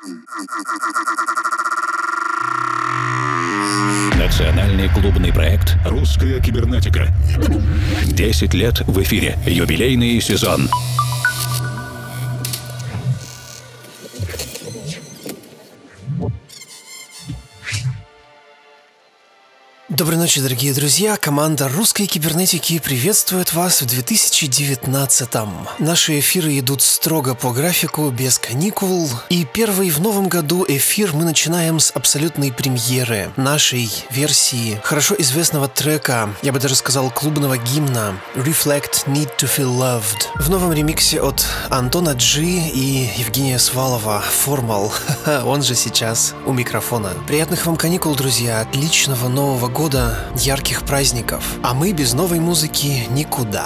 Национальный клубный проект «Русская кибернетика». 10 лет в эфире. Юбилейный сезон. Доброй ночи, дорогие друзья! Команда русской кибернетики приветствует вас в 2019-м. Наши эфиры идут строго по графику, без каникул. И первый в новом году эфир мы начинаем с абсолютной премьеры нашей версии хорошо известного трека, я бы даже сказал клубного гимна Reflect Need to Feel Loved. В новом ремиксе от Антона G и Евгения Свалова Formal, он же сейчас у микрофона. Приятных вам каникул, друзья! Отличного Нового года! Ярких праздников. А мы без новой музыки никуда.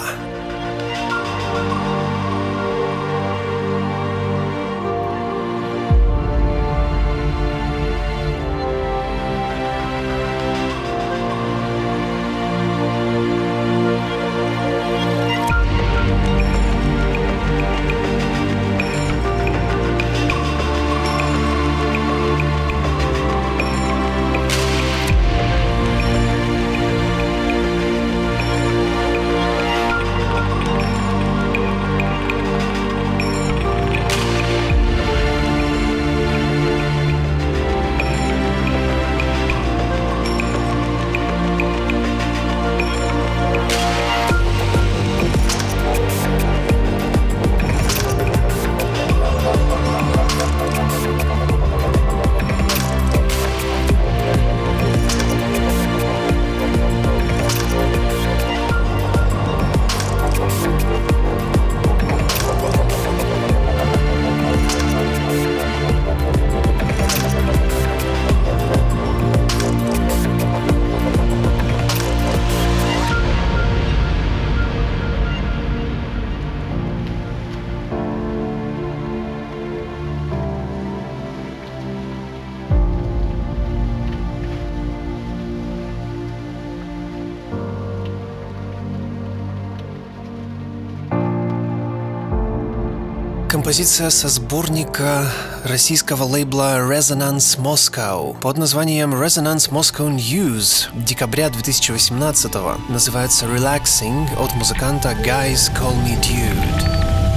Композиция со сборника российского лейбла Resonance Moscow под названием Resonance Moscow News декабря 2018-го. Называется Relaxing от музыканта Guys Call Me Dude.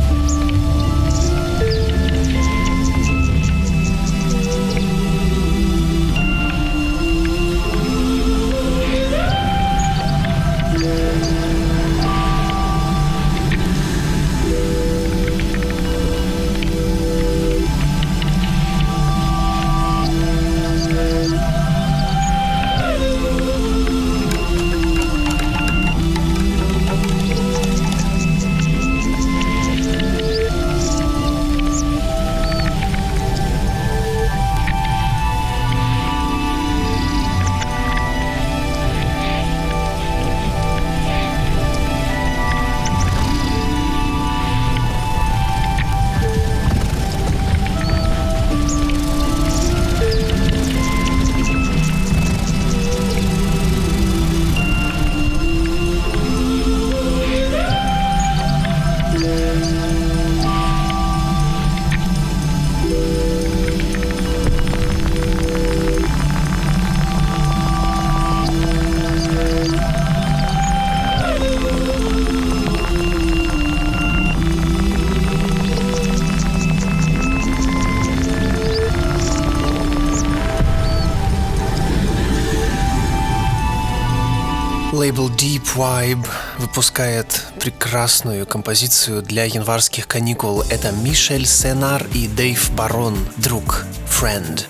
Лейбл Deep Vibe выпускает прекрасную композицию для январских каникул. Это Мишель Сенар и Дэйв Барон, друг, friend.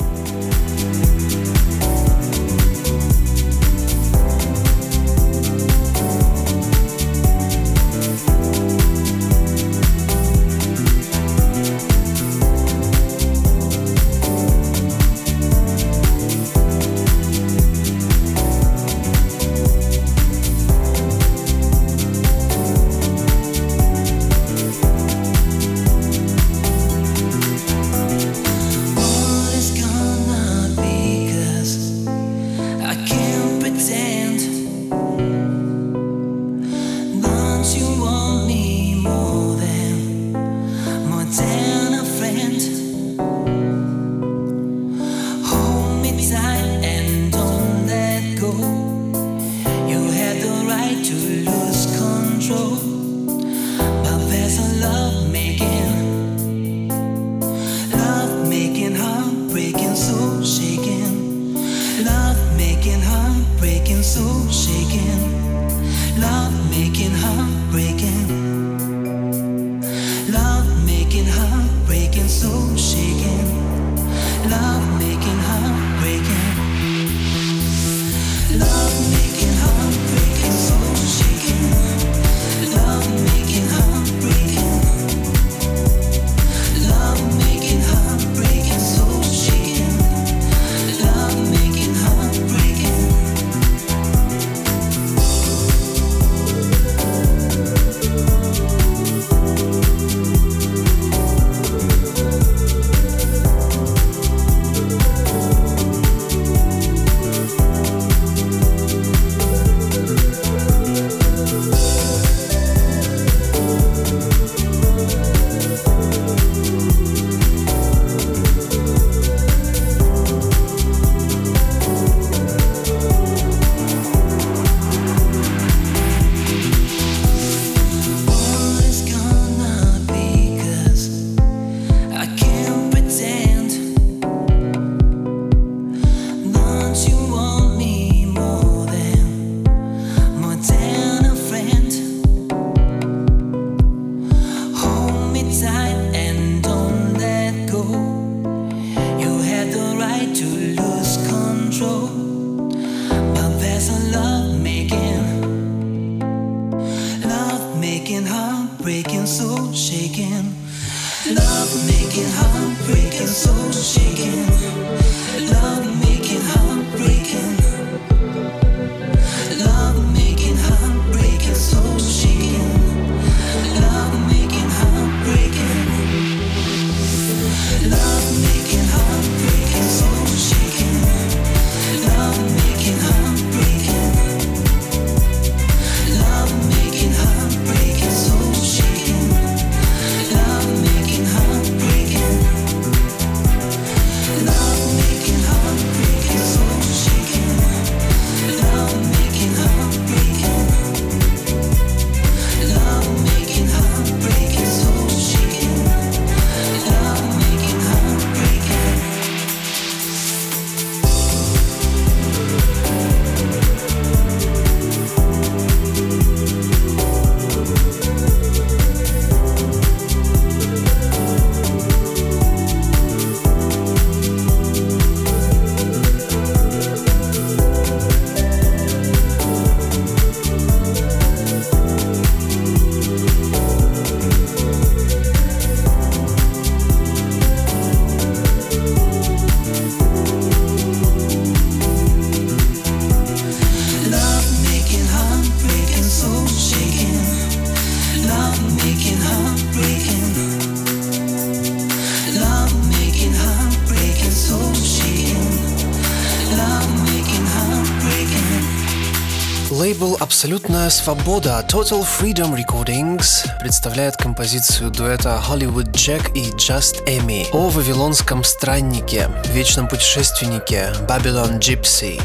All is gone now. control. But there's a love making, heartbreaking, soul shaking. Love making, heartbreaking, soul shaking. Love making, heartbreaking. Love making, heartbreaking, soul shaking. Love making, heartbreaking. Love making, heartbreaking, soul shaking. Love making, heartbreaking. Love making, heartbreaking, soul shaking. Love making, heartbreaking. Love making, heartbreaking, soul shaking. Love making, heartbreaking. Love making, heartbreaking, soul shaking. Love making, heartbreaking. Love making, heartbreaking, soul shaking. Love making, heartbreaking. Love making, heartbreaking, soul shaking. Love making, heartbreaking. Лейбл «Абсолютная свобода» Total Freedom Recordings представляет композицию дуэта Hollywood Jack и Just Amy о вавилонском страннике, вечном путешественнике Babylon Gypsy.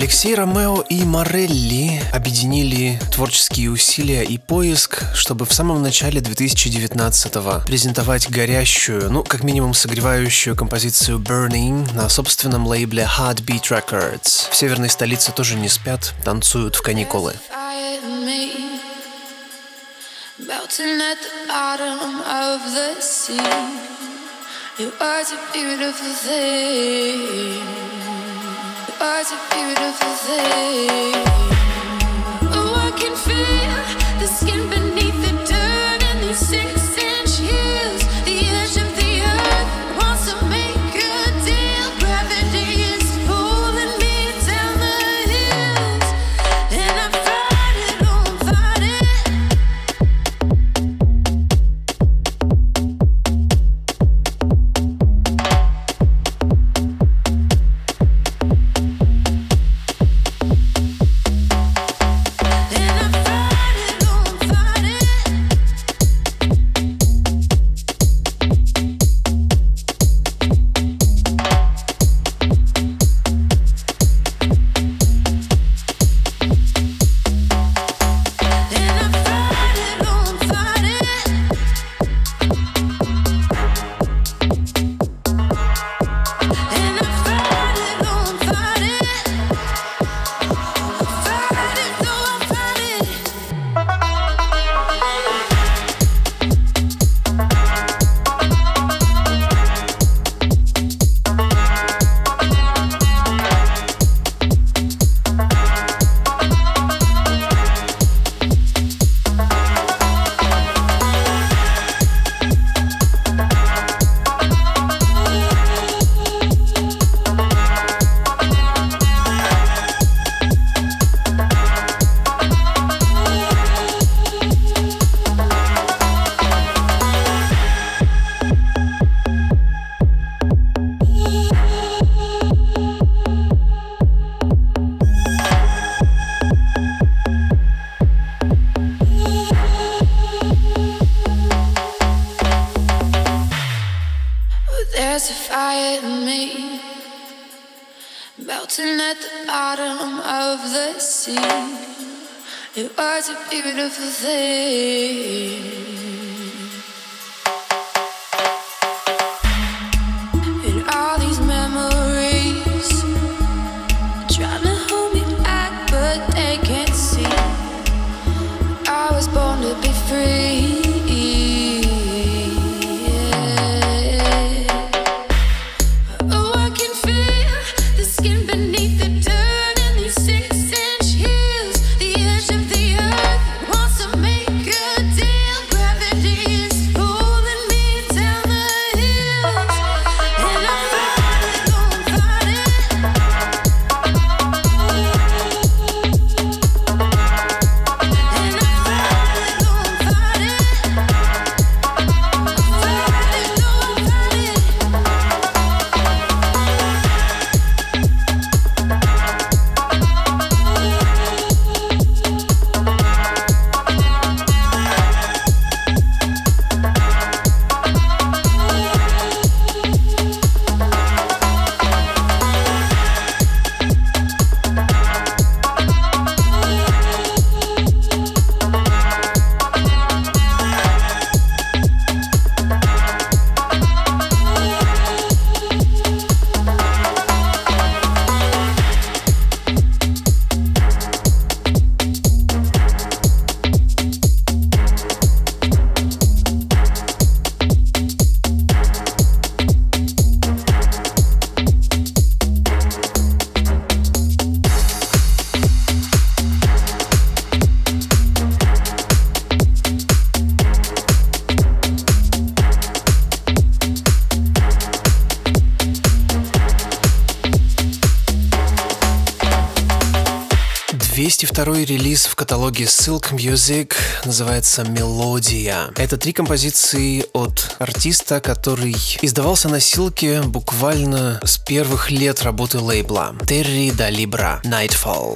Алексей Ромео и Морелли объединили творческие усилия и поиск, чтобы в самом начале 2019-го презентовать горящую, как минимум согревающую композицию Burning на собственном лейбле Heartbeat Records. В северной столице тоже не спят, танцуют в каникулы. Melting at the bottom of the sea. It was a beautiful thing. It was a beautiful thing. Oh, I can feel the skin beneath the dirt and these 6-inch heels. The edge of the earth wants to make a deal. Gravity is pulling me down the hills, and I fight it, oh, fight it. There's a fire in me, melting at the bottom of the sea. It was a beautiful thing. And all these memories trying to hold me back, but they can't see. I was born to be free. Второй релиз в каталоге Silk Music называется «Мелодия». Это 3 композиции от артиста, который издавался на Silk буквально с первых лет работы лейбла. Terry Da Libra, Nightfall.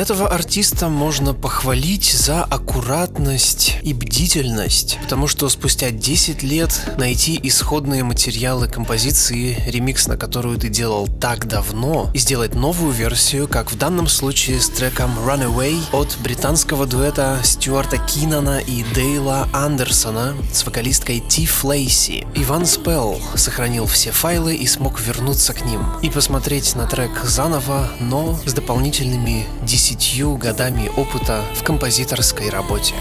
Этого артиста можно похвалить за аккуратность и бдительность, потому что спустя 10 лет найти исходные материалы композиции, ремикс на которую ты делал так давно, и сделать новую версию, как в данном случае с треком Runaway от британского дуэта Стюарта Киннана и Дейла Андерсона с вокалисткой Тиф Лейси. Иван Спелл сохранил все файлы и смог вернуться к ним и посмотреть на трек заново, но с дополнительными 10 годами опыта в композиторской работе.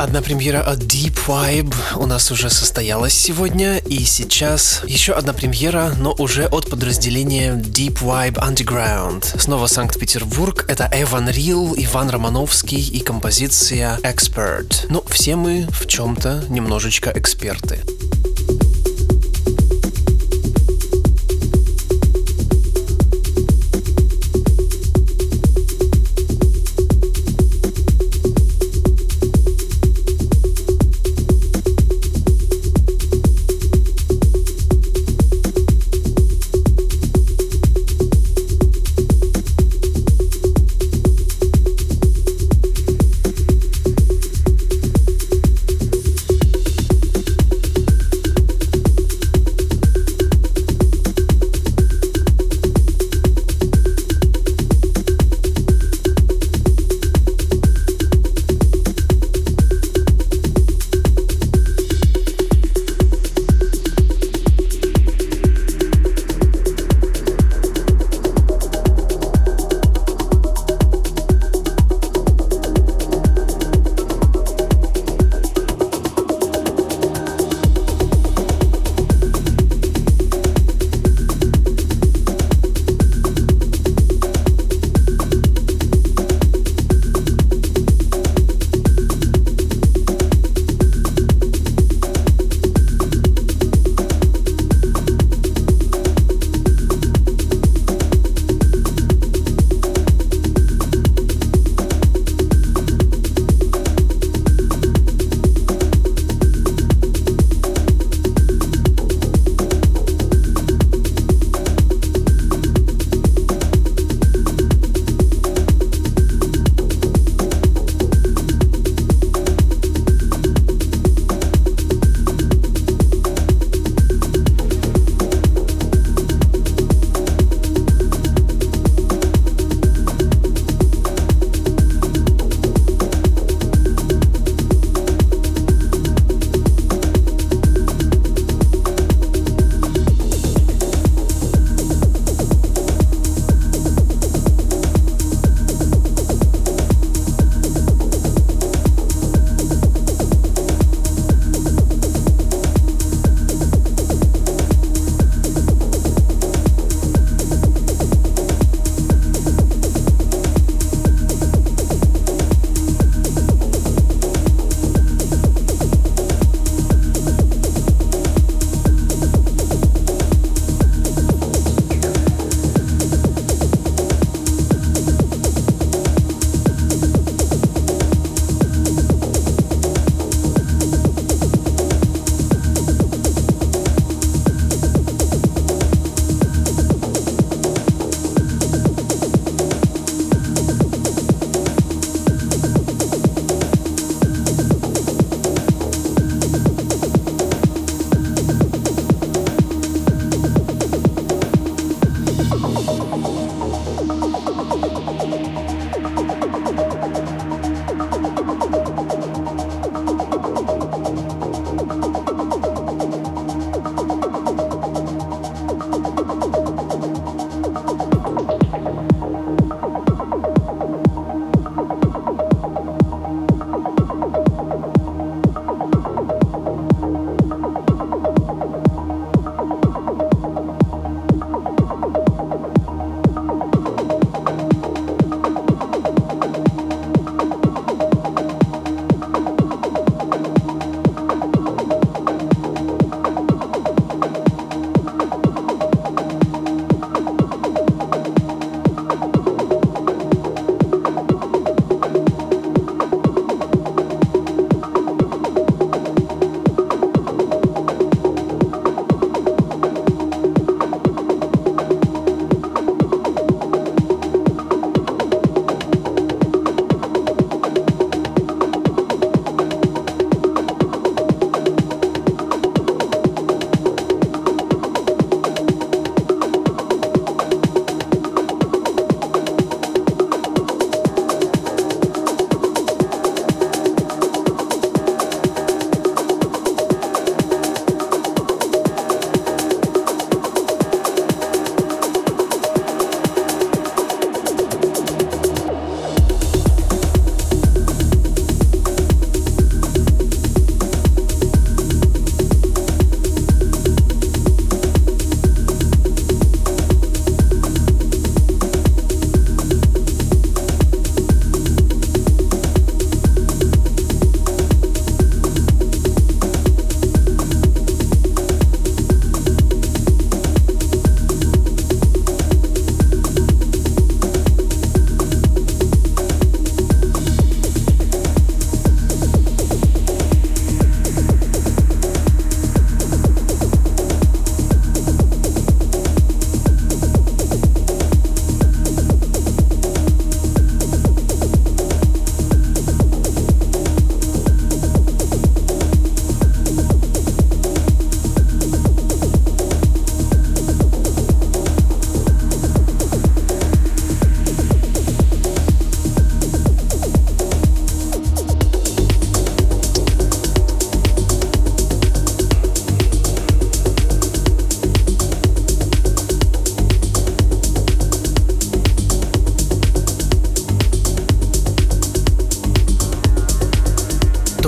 Одна премьера от Deep Vibe у нас уже состоялась сегодня, и сейчас еще одна премьера, но уже от подразделения Deep Vibe Underground. Снова Санкт-Петербург, это Эван Рил, Иван Романовский и композиция Expert. Ну, все мы в чем-то немножечко эксперты.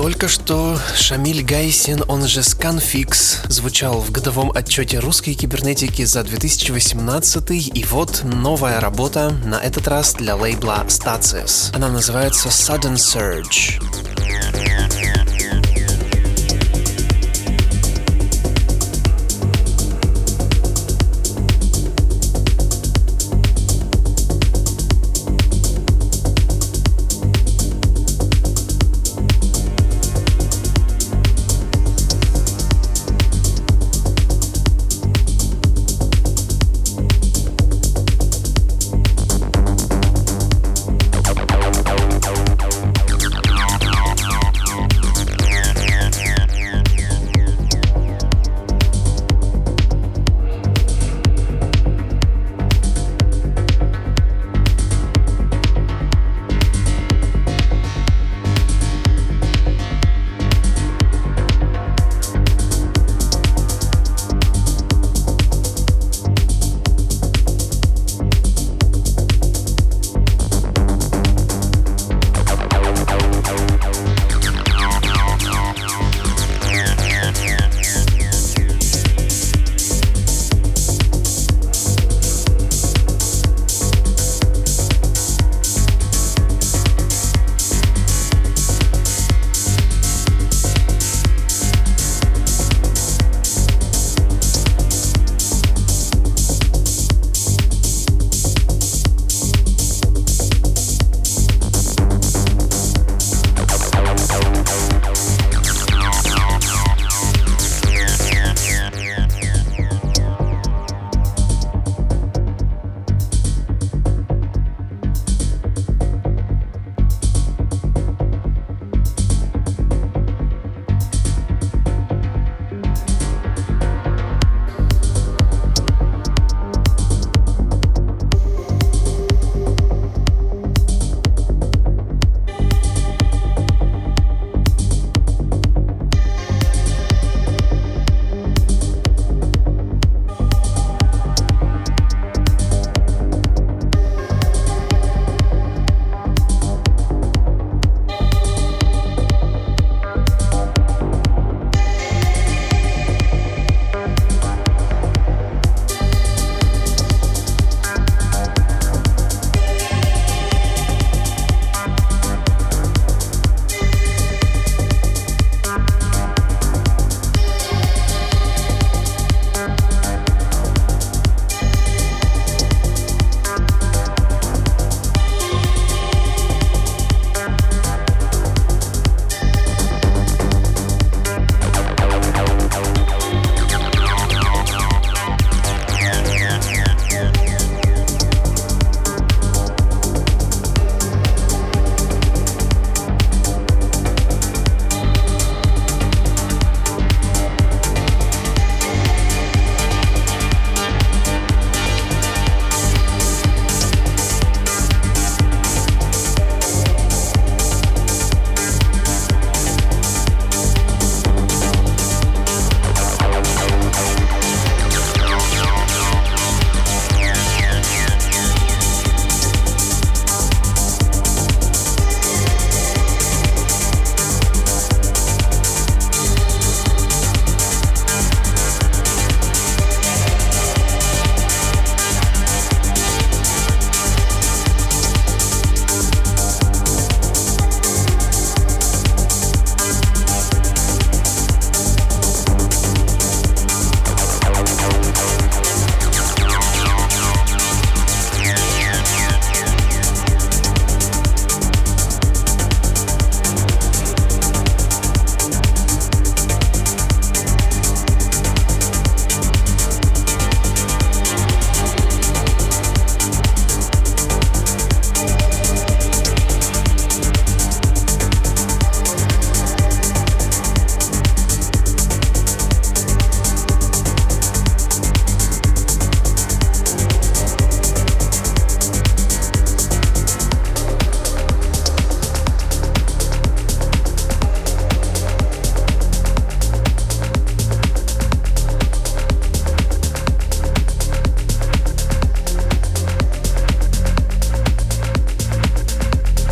Только что Шамиль Гайсин, он же Scanfix, звучал в годовом отчете русской кибернетики за 2018, и вот новая работа, на этот раз для лейбла Stacies. Она называется Sudden Surge.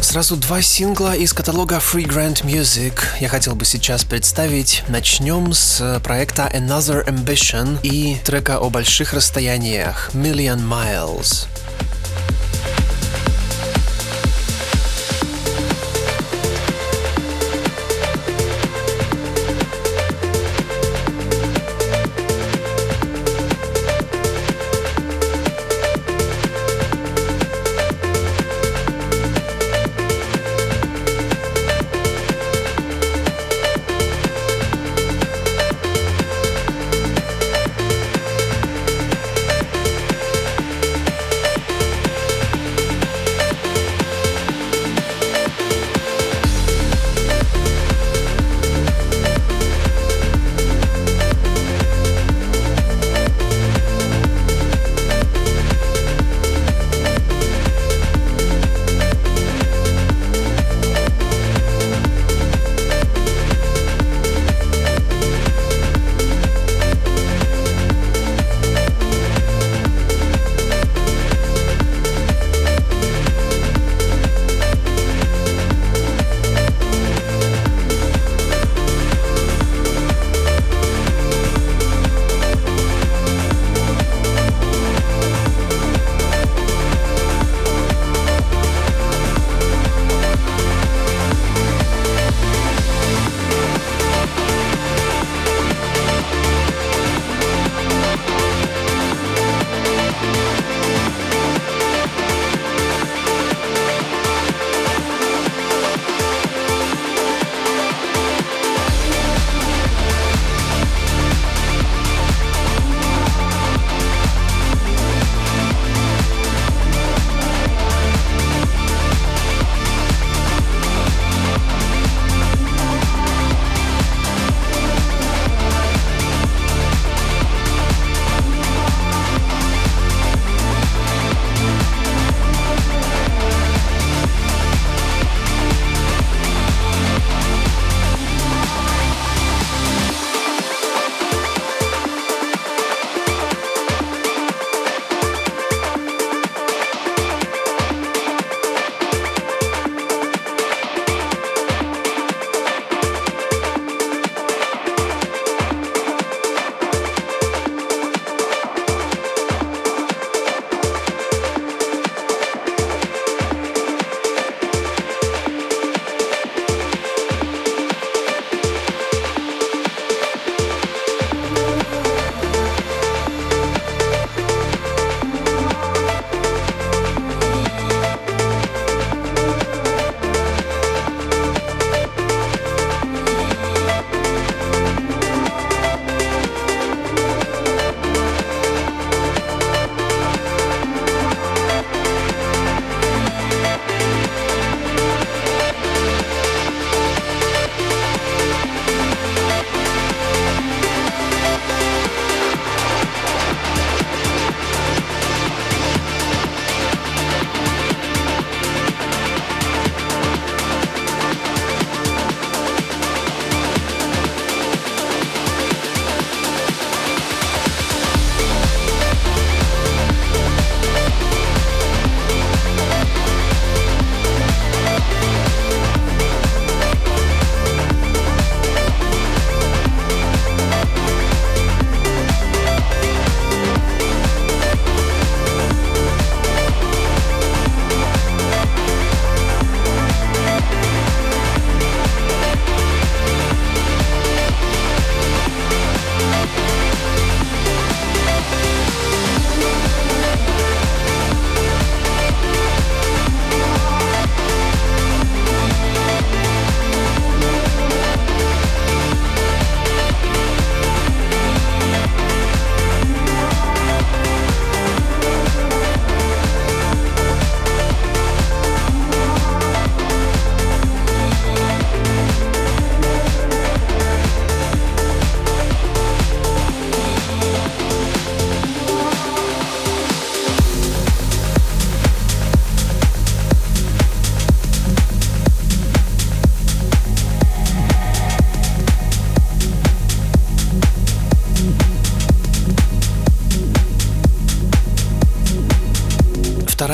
сразу два сингла из каталога Free Grant Music. Я хотел бы сейчас представить. Начнем с проекта Another Ambition и трека о больших расстояниях Million Miles.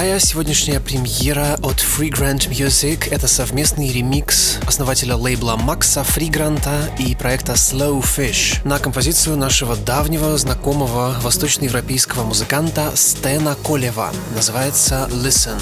Вторая сегодняшняя премьера от Freegrant Music — это совместный ремикс основателя лейбла Макса Фригранта и проекта Slow Fish на композицию нашего давнего знакомого восточноевропейского музыканта Стена Колева. Называется «Listen».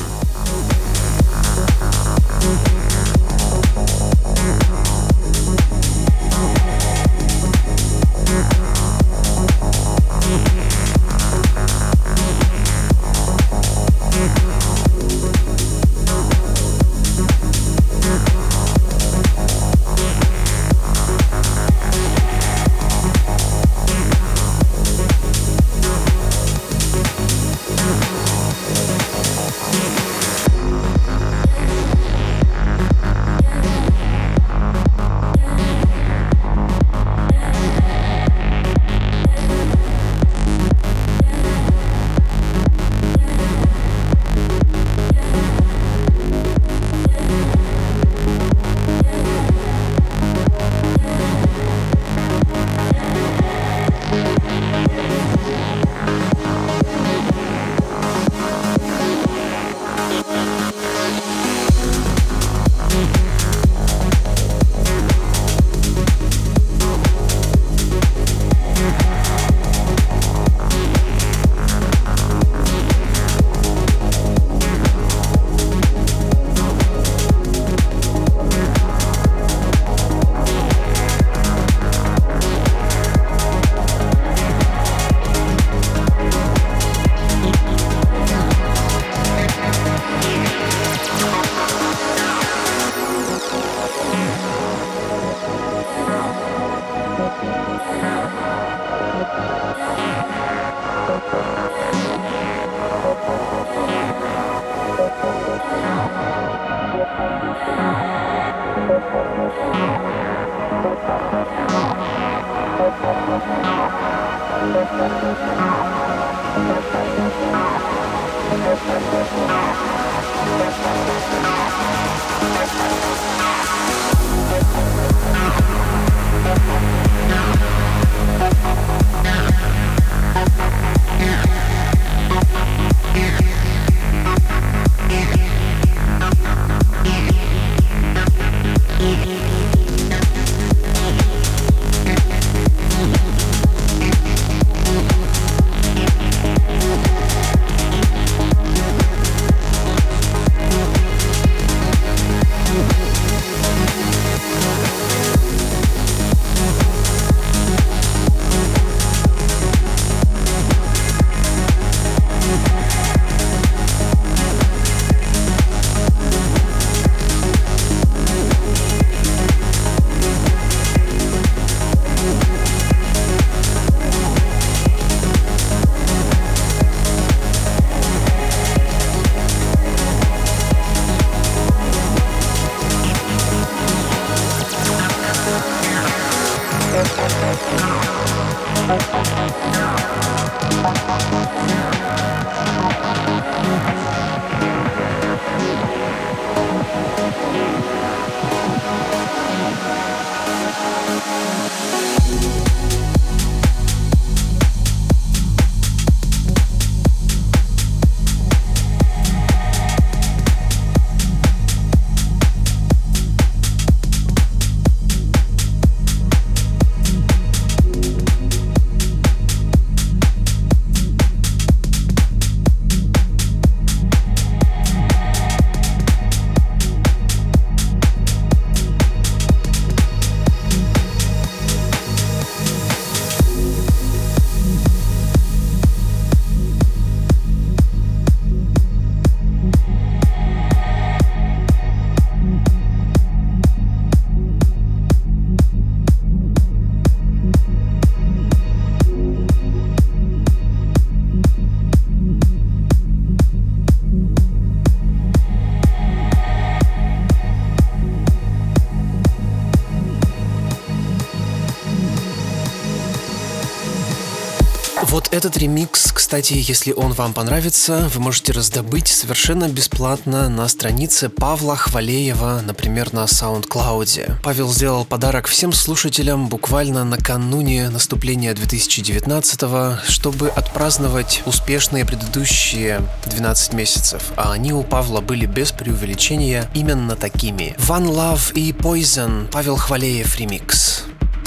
Вот этот ремикс, кстати, если он вам понравится, вы можете раздобыть совершенно бесплатно на странице Павла Хвалеева, например, на SoundCloud. Павел сделал подарок всем слушателям буквально накануне наступления 2019-го, чтобы отпраздновать успешные предыдущие 12 месяцев. А они у Павла были без преувеличения именно такими. One Love и Poison, Павел Хвалеев ремикс.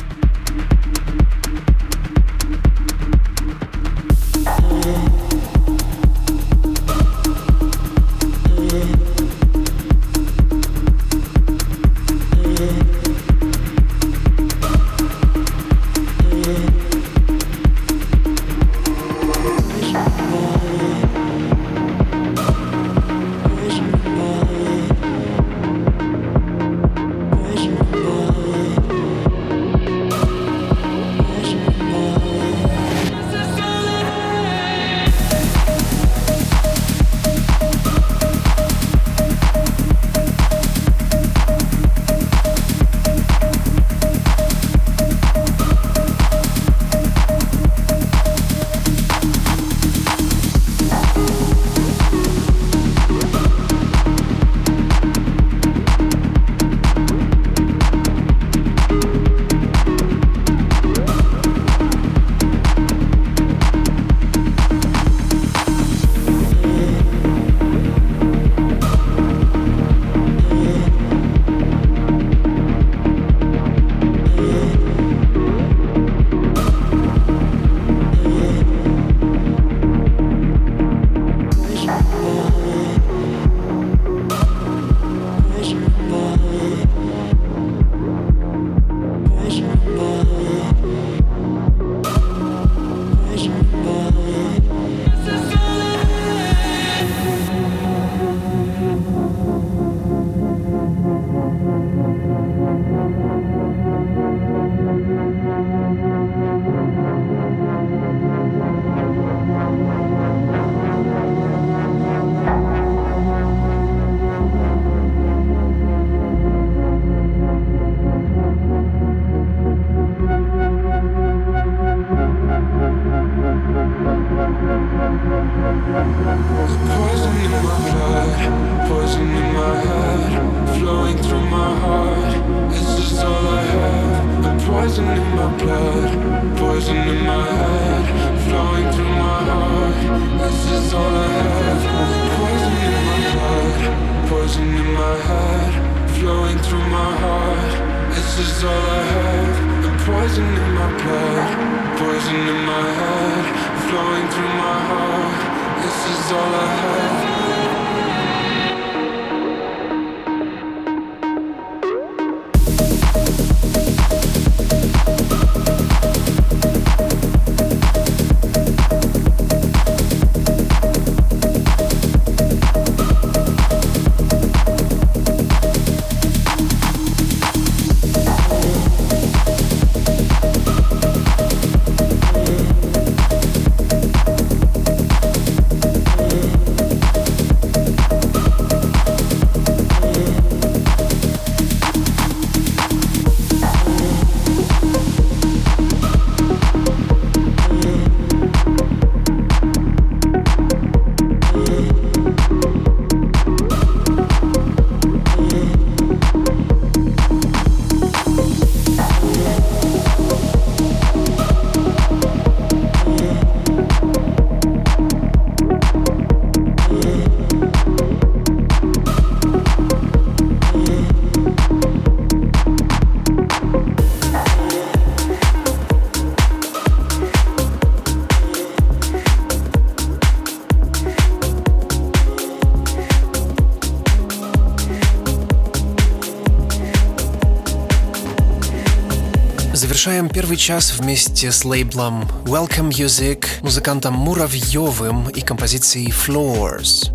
Завершаем первый час вместе с лейблом Welcome Music, музыкантом Муравьевым и композицией Floors.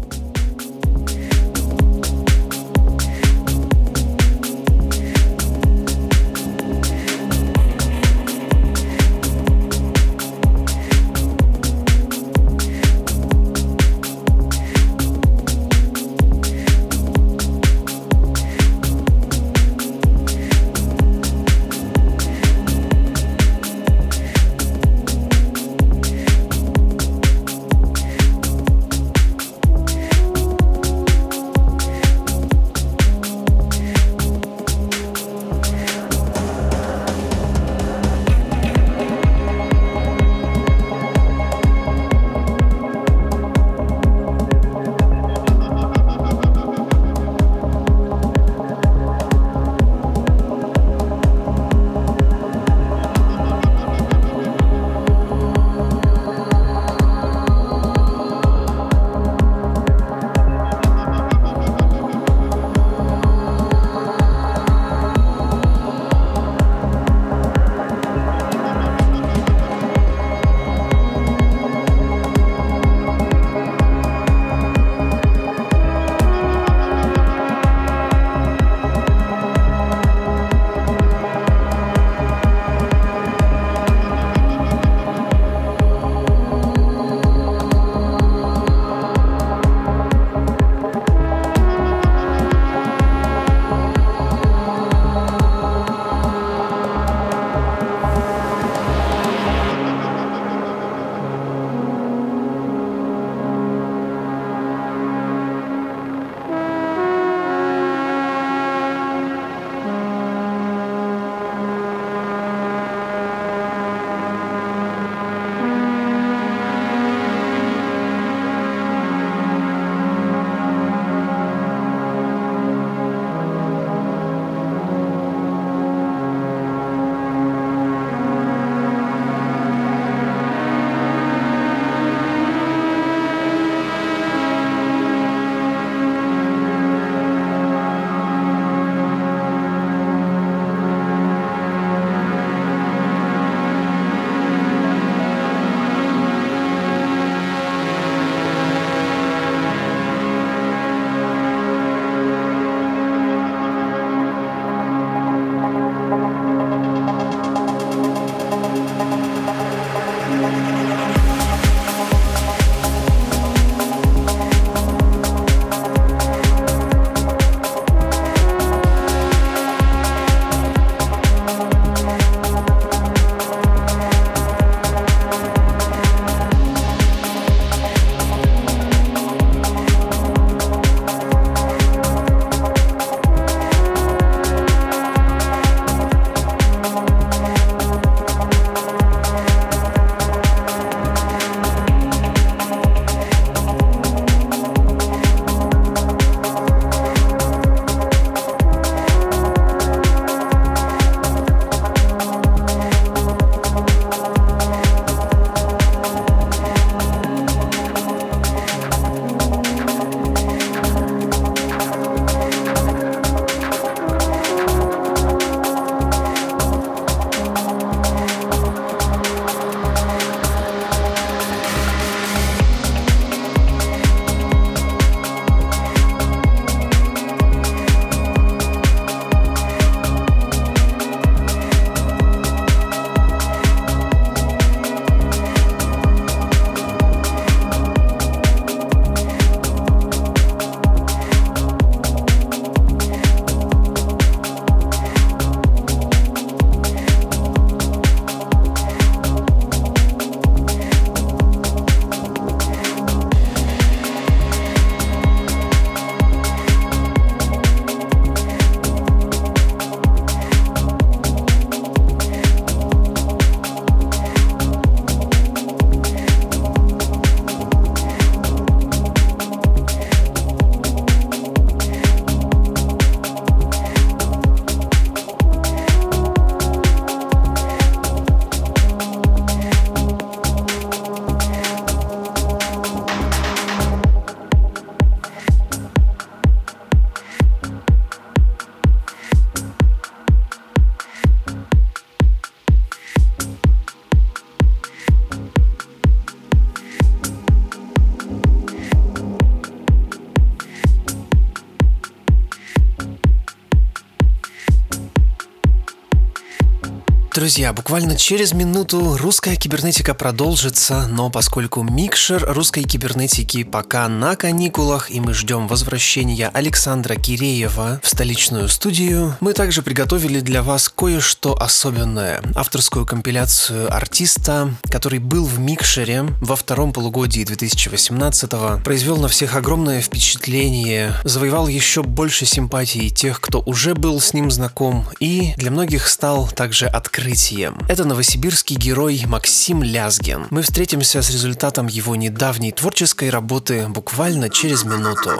Друзья, буквально через минуту русская кибернетика продолжится, но поскольку микшер русской кибернетики пока на каникулах и мы ждем возвращения Александра Киреева в столичную студию, мы также приготовили для вас кое-что особенное. Авторскую компиляцию артиста, который был в микшере во втором полугодии 2018-го, произвел на всех огромное впечатление, завоевал еще больше симпатии тех, кто уже был с ним знаком, и для многих стал также открытием. Это новосибирский герой Максим Лязгин. Мы встретимся с результатом его недавней творческой работы буквально через минуту.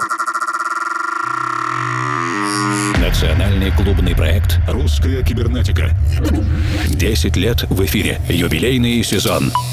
Национальный клубный проект «Русская кибернетика». 10 лет в эфире. Юбилейный сезон.